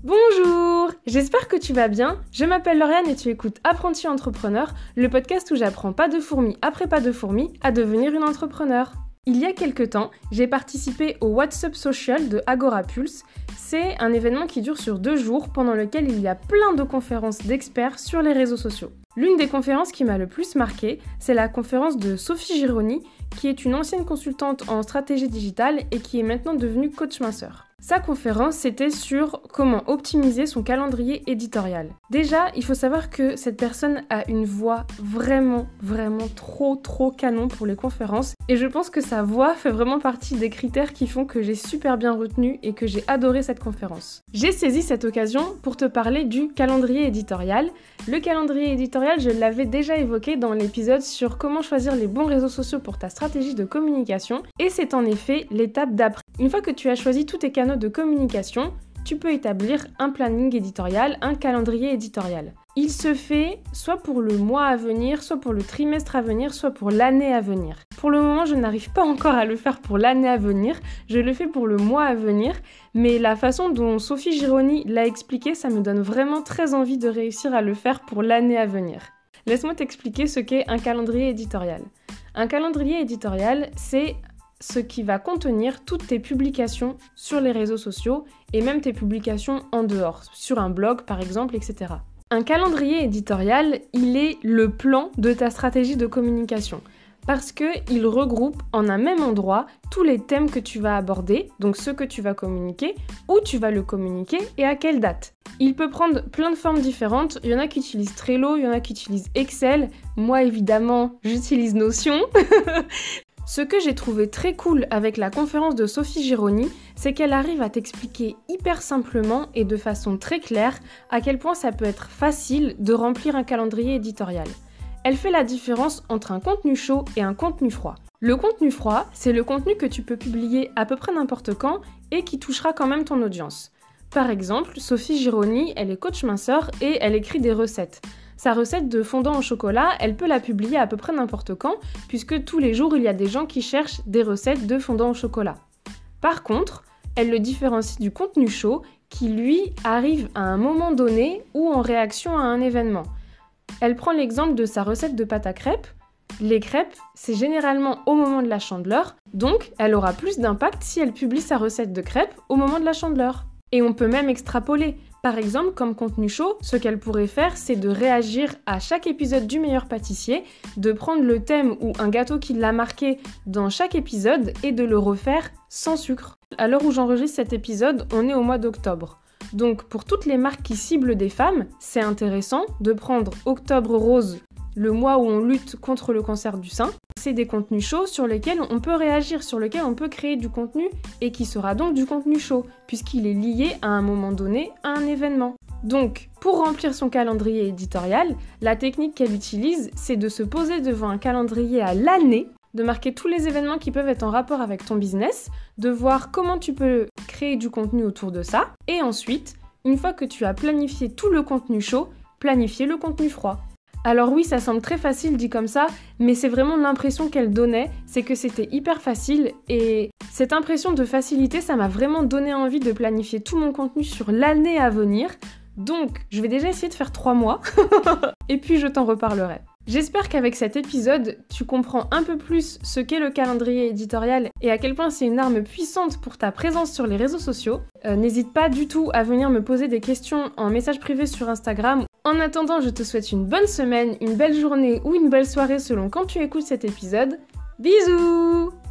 Bonjour, j'espère que tu vas bien. Je m'appelle Lauriane et tu écoutes Apprenti Entrepreneur, le podcast où j'apprends pas de fourmi après pas de fourmi à devenir une entrepreneur. Il y a quelques temps, j'ai participé au WhatsApp Social de Agora Pulse. C'est un événement qui dure sur 2 jours pendant lequel il y a plein de conférences d'experts sur les réseaux sociaux. L'une des conférences qui m'a le plus marquée, c'est la conférence de Sophie Gironi, qui est une ancienne consultante en stratégie digitale et qui est maintenant devenue coach minceur. Sa conférence, c'était sur comment optimiser son calendrier éditorial. Déjà, il faut savoir que cette personne a une voix vraiment trop canon pour les conférences et je pense que sa voix fait vraiment partie des critères qui font que j'ai super bien retenu et que j'ai adoré cette conférence. J'ai saisi cette occasion pour te parler du calendrier éditorial. Le calendrier éditorial, je l'avais déjà évoqué dans l'épisode sur comment choisir les bons réseaux sociaux pour ta stratégie de communication et c'est en effet l'étape d'après. Une fois que tu as choisi tous tes canaux de communication, tu peux établir un planning éditorial, un calendrier éditorial. Il se fait soit pour le mois à venir, soit pour le trimestre à venir, soit pour l'année à venir. Pour le moment, je n'arrive pas encore à le faire pour l'année à venir, je le fais pour le mois à venir, mais la façon dont Sophie Gironi l'a expliqué, ça me donne vraiment très envie de réussir à le faire pour l'année à venir. Laisse-moi t'expliquer ce qu'est un calendrier éditorial. Un calendrier éditorial, c'est ce qui va contenir toutes tes publications sur les réseaux sociaux et même tes publications en dehors, sur un blog par exemple, etc. Un calendrier éditorial, il est le plan de ta stratégie de communication parce qu'il regroupe en un même endroit tous les thèmes que tu vas aborder, donc ceux que tu vas communiquer, où tu vas le communiquer et à quelle date. Il peut prendre plein de formes différentes, il y en a qui utilisent Trello, il y en a qui utilisent Excel, moi évidemment j'utilise Notion. Ce que j'ai trouvé très cool avec la conférence de Sophie Gironi, c'est qu'elle arrive à t'expliquer hyper simplement et de façon très claire à quel point ça peut être facile de remplir un calendrier éditorial. Elle fait la différence entre un contenu chaud et un contenu froid. Le contenu froid, c'est le contenu que tu peux publier à peu près n'importe quand et qui touchera quand même ton audience. Par exemple, Sophie Gironi, elle est coach minceur et elle écrit des recettes. Sa recette de fondant au chocolat, elle peut la publier à peu près n'importe quand, puisque tous les jours, il y a des gens qui cherchent des recettes de fondant au chocolat. Par contre, elle le différencie du contenu chaud, qui lui arrive à un moment donné ou en réaction à un événement. Elle prend l'exemple de sa recette de pâte à crêpes. Les crêpes, c'est généralement au moment de la Chandeleur, donc elle aura plus d'impact si elle publie sa recette de crêpes au moment de la Chandeleur. Et on peut même extrapoler. Par exemple, comme contenu chaud, ce qu'elle pourrait faire, c'est de réagir à chaque épisode du meilleur pâtissier, de prendre le thème ou un gâteau qui l'a marqué dans chaque épisode et de le refaire sans sucre. À l'heure où j'enregistre cet épisode, on est au mois d'octobre. Donc pour toutes les marques qui ciblent des femmes, c'est intéressant de prendre Octobre Rose, le mois où on lutte contre le cancer du sein. C'est des contenus chauds sur lesquels on peut réagir, sur lesquels on peut créer du contenu et qui sera donc du contenu chaud, puisqu'il est lié à un moment donné à un événement. Donc, pour remplir son calendrier éditorial, la technique qu'elle utilise, c'est de se poser devant un calendrier à l'année, de marquer tous les événements qui peuvent être en rapport avec ton business, de voir comment tu peux créer du contenu autour de ça, et ensuite, une fois que tu as planifié tout le contenu chaud, planifier le contenu froid. Alors oui, ça semble très facile dit comme ça, mais c'est vraiment l'impression qu'elle donnait, c'est que c'était hyper facile et cette impression de facilité, ça m'a vraiment donné envie de planifier tout mon contenu sur l'année à venir. Donc, je vais déjà essayer de faire 3 mois et puis je t'en reparlerai. J'espère qu'avec cet épisode, tu comprends un peu plus ce qu'est le calendrier éditorial et à quel point c'est une arme puissante pour ta présence sur les réseaux sociaux. N'hésite pas du tout à venir me poser des questions en message privé sur Instagram. En attendant, je te souhaite une bonne semaine, une belle journée ou une belle soirée selon quand tu écoutes cet épisode. Bisous!